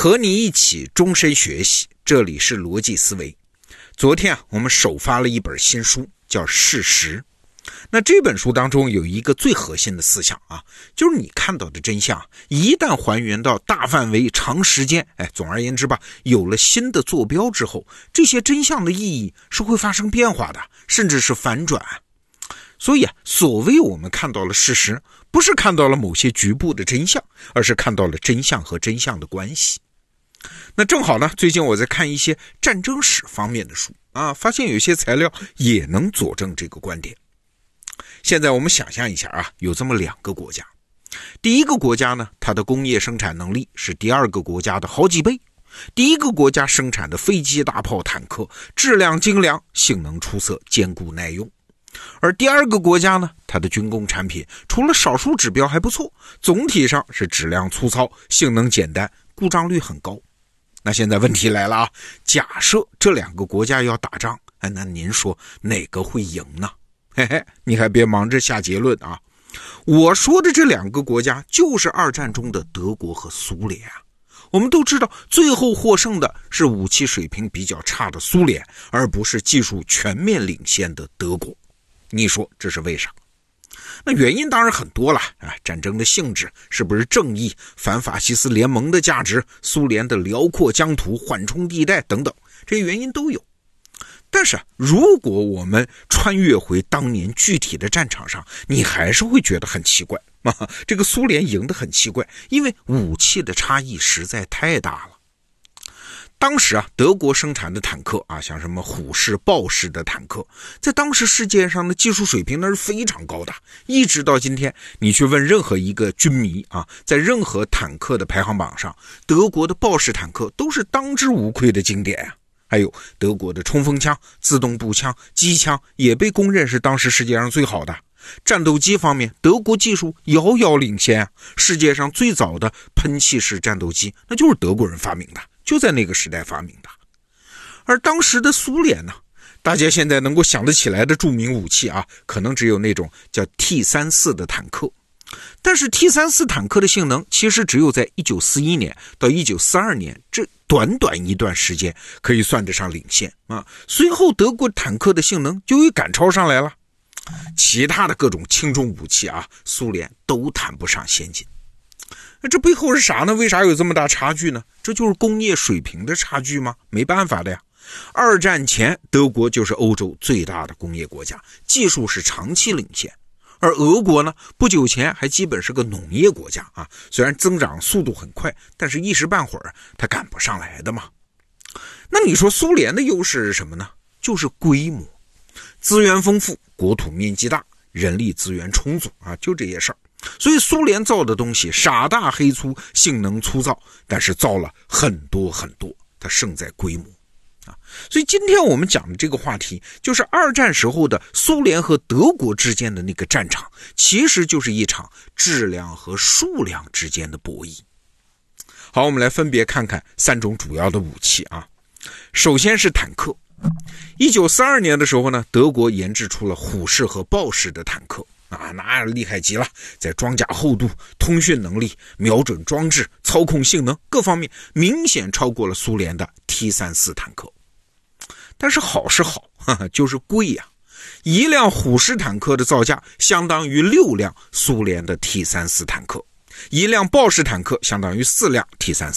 和你一起终身学习，这里是逻辑思维。昨天我们首发了一本新书，叫《事实》。那这本书当中有一个最核心的思想就是你看到的真相一旦还原到大范围长时间，总而言之吧，有了新的坐标之后，这些真相的意义是会发生变化的，甚至是反转。所以所谓我们看到了事实，不是看到了某些局部的真相，而是看到了真相和真相的关系。那正好呢，最近我在看一些战争史方面的书发现有些材料也能佐证这个观点。现在我们想象一下有这么两个国家。第一个国家呢，它的工业生产能力是第二个国家的好几倍。第一个国家生产的飞机、大炮、坦克质量精良，性能出色，坚固耐用。而第二个国家呢，它的军工产品除了少数指标还不错，总体上是质量粗糙，性能简单，故障率很高。那现在问题来了假设这两个国家要打仗，那您说哪个会赢呢？你还别忙着下结论我说的这两个国家就是二战中的德国和苏联我们都知道，最后获胜的是武器水平比较差的苏联，而不是技术全面领先的德国。你说这是为啥？那原因当然很多了战争的性质，是不是正义，反法西斯联盟的价值，苏联的辽阔疆土，缓冲地带等等，这些原因都有。但是如果我们穿越回当年具体的战场上，你还是会觉得很奇怪这个苏联赢得很奇怪，因为武器的差异实在太大了。当时德国生产的坦克像什么虎式、豹式的坦克，在当时世界上的技术水平那是非常高的，一直到今天，你去问任何一个军迷在任何坦克的排行榜上，德国的豹式坦克都是当之无愧的经典还有德国的冲锋枪、自动步枪、机枪也被公认是当时世界上最好的。战斗机方面，德国技术遥遥领先世界上最早的喷气式战斗机那就是德国人发明的，就在那个时代发明的。而当时的苏联呢，大家现在能够想得起来的著名武器可能只有那种叫 T-34 的坦克。但是 T-34 坦克的性能其实只有在1941年到1942年这短短一段时间可以算得上领先随后德国坦克的性能就又赶超上来了。其他的各种轻重武器苏联都谈不上先进。那这背后是啥呢？为啥有这么大差距呢？这就是工业水平的差距吗？没办法的呀。二战前德国就是欧洲最大的工业国家，技术是长期领先。而俄国呢，不久前还基本是个农业国家虽然增长速度很快，但是一时半会儿它赶不上来的嘛。那你说苏联的优势是什么呢？就是规模，资源丰富，国土面积大，人力资源充足就这些事儿。所以苏联造的东西傻大黑粗，性能粗糙，但是造了很多很多，它胜在规模所以今天我们讲的这个话题，就是二战时候的苏联和德国之间的那个战场，其实就是一场质量和数量之间的博弈。好，我们来分别看看三种主要的武器首先是坦克。1942年的时候呢，德国研制出了虎式和豹式的坦克那厉害极了，在装甲厚度、通讯能力、瞄准装置、操控性能各方面明显超过了苏联的 T-34 坦克。但是好是好就是贵一辆虎式坦克的造价相当于6辆苏联的 T-34 坦克，一辆豹式坦克相当于4辆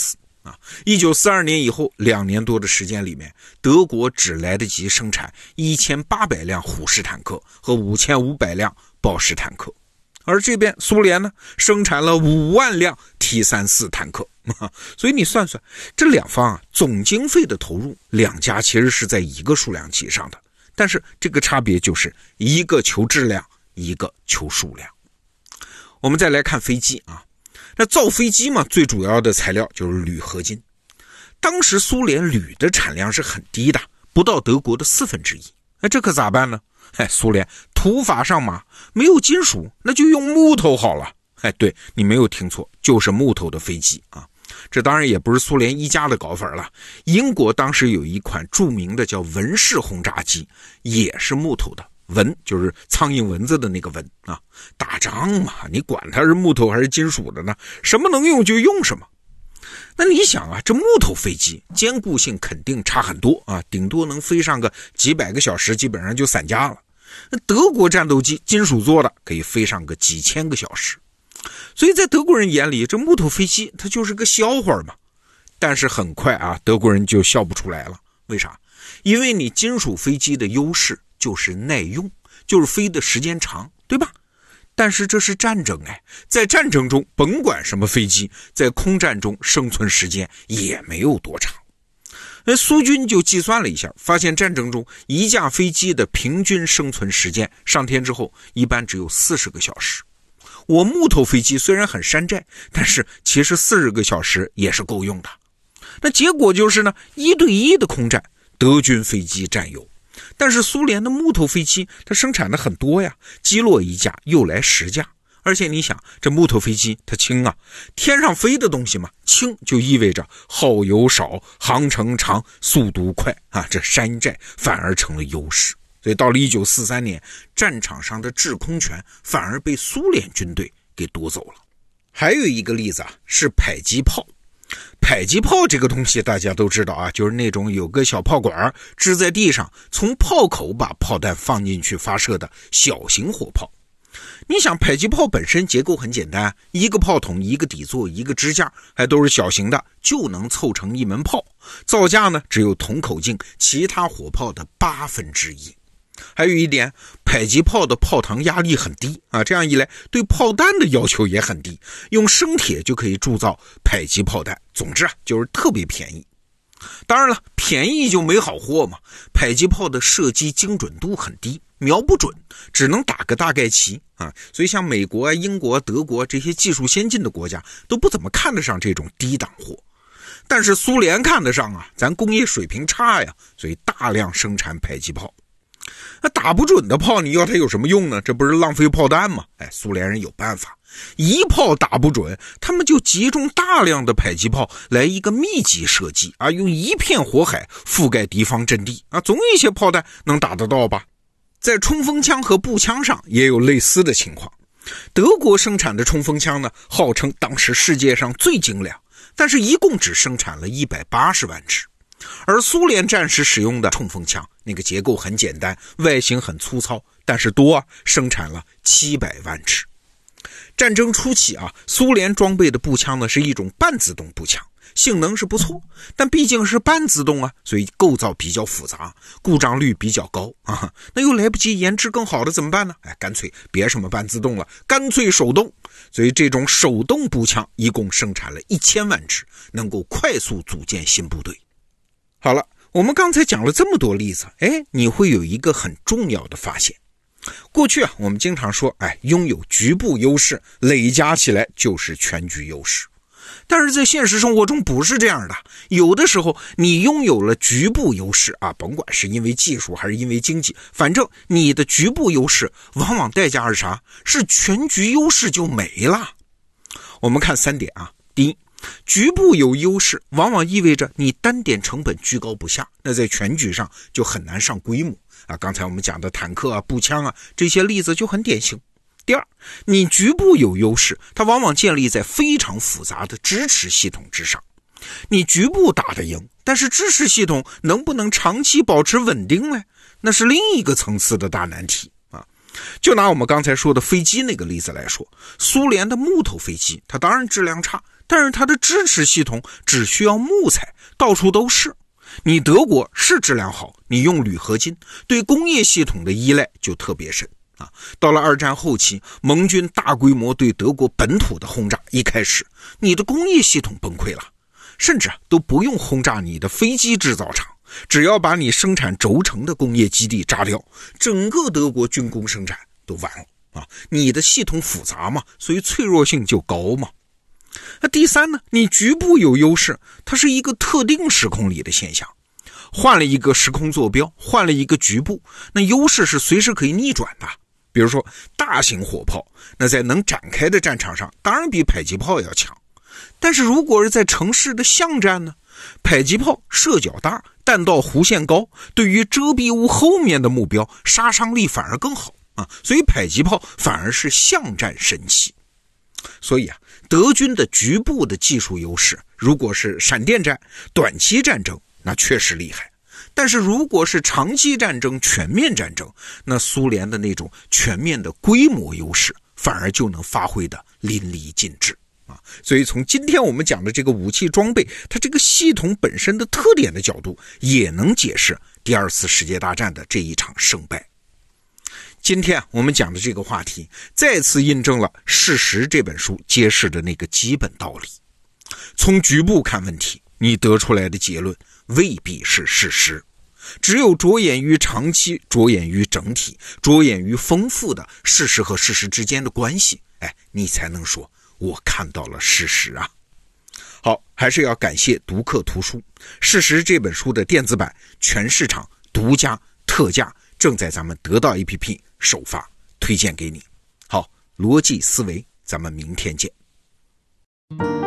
T-34。1942年以后2年多的时间里面，德国只来得及生产1800辆虎式坦克和5500辆豹式坦克，而这边苏联呢，生产了5万辆 T-34 坦克所以你算算，这两方总经费的投入，两家其实是在一个数量级上的，但是这个差别就是一个求质量，一个求数量。我们再来看飞机那造飞机嘛，最主要的材料就是铝合金。当时苏联铝的产量是很低的，不到德国的1/4。那这可咋办呢？苏联土法上马，没有金属，那就用木头好了。对，你没有听错，就是木头的飞机这当然也不是苏联一家的搞法了，英国当时有一款著名的叫文式轰炸机，也是木头的。蚊就是苍蝇蚊子的那个蚊打仗嘛，你管它是木头还是金属的呢？什么能用就用什么。 那你想啊，这木头飞机坚固性肯定差很多啊，顶多能飞上个几百个小时，基本上就散架了。那德国战斗机金属做的，可以飞上个几千个小时。所以在德国人眼里，这木头飞机它就是个笑话嘛。但是很快啊，德国人就笑不出来了。为啥？因为你金属飞机的优势就是耐用，就是飞的时间长，对吧？但是这是战争哎，在战争中，甭管什么飞机，在空战中生存时间也没有多长。苏军就计算了一下，发现战争中一架飞机的平均生存时间上天之后一般只有40个小时。我木头飞机虽然很山寨，但是其实40个小时也是够用的。那结果就是呢，1对1的空战，德军飞机占优。但是苏联的木头飞机它生产的很多呀，击落一架又来10架。而且你想，这木头飞机它轻啊，天上飞的东西嘛，轻就意味着耗油少，航程长，速度快啊，这山寨反而成了优势。所以到了1943年，战场上的制空权反而被苏联军队给夺走了。还有一个例子啊，是迫击炮。迫击炮这个东西大家都知道啊，就是那种有个小炮管支在地上，从炮口把炮弹放进去发射的小型火炮。你想，迫击炮本身结构很简单，一个炮筒，一个底座，一个支架，还都是小型的，就能凑成一门炮。造价呢，只有同口径其他火炮的1/8。还有一点，迫击炮的炮膛压力很低啊，这样一来对炮弹的要求也很低，用生铁就可以铸造迫击炮弹。总之啊，就是特别便宜。当然了，便宜就没好货嘛，迫击炮的射击精准度很低，瞄不准，只能打个大概齐啊。所以像美国、英国、德国这些技术先进的国家都不怎么看得上这种低档货。但是苏联看得上啊，咱工业水平差呀，所以大量生产迫击炮。那打不准的炮，你要它有什么用呢？这不是浪费炮弹吗？苏联人有办法，一炮打不准，他们就集中大量的迫击炮来一个密集射击啊，用一片火海覆盖敌方阵地啊，总有一些炮弹能打得到吧？在冲锋枪和步枪上也有类似的情况。德国生产的冲锋枪呢，号称当时世界上最精良，但是一共只生产了180万支。而苏联战时使用的冲锋枪，那个结构很简单，外形很粗糙，但是多啊，生产了700万支。战争初期啊，苏联装备的步枪呢是一种半自动步枪，性能是不错，但毕竟是半自动啊，所以构造比较复杂，故障率比较高啊。那又来不及研制更好的怎么办呢？干脆别什么半自动了，干脆手动。所以这种手动步枪一共生产了1000万支，能够快速组建新部队。好了，我们刚才讲了这么多例子，你会有一个很重要的发现。过去啊，我们经常说，拥有局部优势，累加起来就是全局优势。但是在现实生活中不是这样的，有的时候你拥有了局部优势啊，甭管是因为技术还是因为经济，反正你的局部优势往往代价是啥？是全局优势就没了。我们看3点啊。第一，局部有优势往往意味着你单点成本居高不下，那在全局上就很难上规模啊。刚才我们讲的坦克啊、步枪啊这些例子就很典型。第二，你局部有优势，它往往建立在非常复杂的支持系统之上。你局部打得赢，但是支持系统能不能长期保持稳定呢？那是另一个层次的大难题啊。就拿我们刚才说的飞机那个例子来说，苏联的木头飞机它当然质量差，但是它的支持系统只需要木材，到处都是。你德国是质量好，你用铝合金，对工业系统的依赖就特别深啊。到了2战后期，盟军大规模对德国本土的轰炸一开始，你的工业系统崩溃了，甚至都不用轰炸你的飞机制造厂，只要把你生产轴承的工业基地炸掉，整个德国军工生产都完了啊。你的系统复杂嘛，所以脆弱性就高嘛。那第三呢，你局部有优势，它是一个特定时空里的现象，换了一个时空坐标，换了一个局部，那优势是随时可以逆转的。比如说大型火炮，那在能展开的战场上当然比迫击炮要强，但是如果是在城市的巷战呢，迫击炮射角大，弹道弧线高，对于遮蔽物后面的目标杀伤力反而更好啊，所以迫击炮反而是巷战神器。 所以德军的局部的技术优势，如果是闪电战、短期战争，那确实厉害。但是如果是长期战争、全面战争，那苏联的那种全面的规模优势反而就能发挥的淋漓尽致所以从今天我们讲的这个武器装备，它这个系统本身的特点的角度，也能解释第二次世界大战的这一场胜败。今天我们讲的这个话题，再次印证了《事实》这本书揭示的那个基本道理。从局部看问题，你得出来的结论未必是事实，只有着眼于长期，着眼于整体，着眼于丰富的事实和事实之间的关系，你才能说我看到了事实啊。好，还是要感谢读客图书《事实》这本书的电子版全市场独家特价，正在咱们得到 APP 首发，推荐给你。好，逻辑思维，咱们明天见。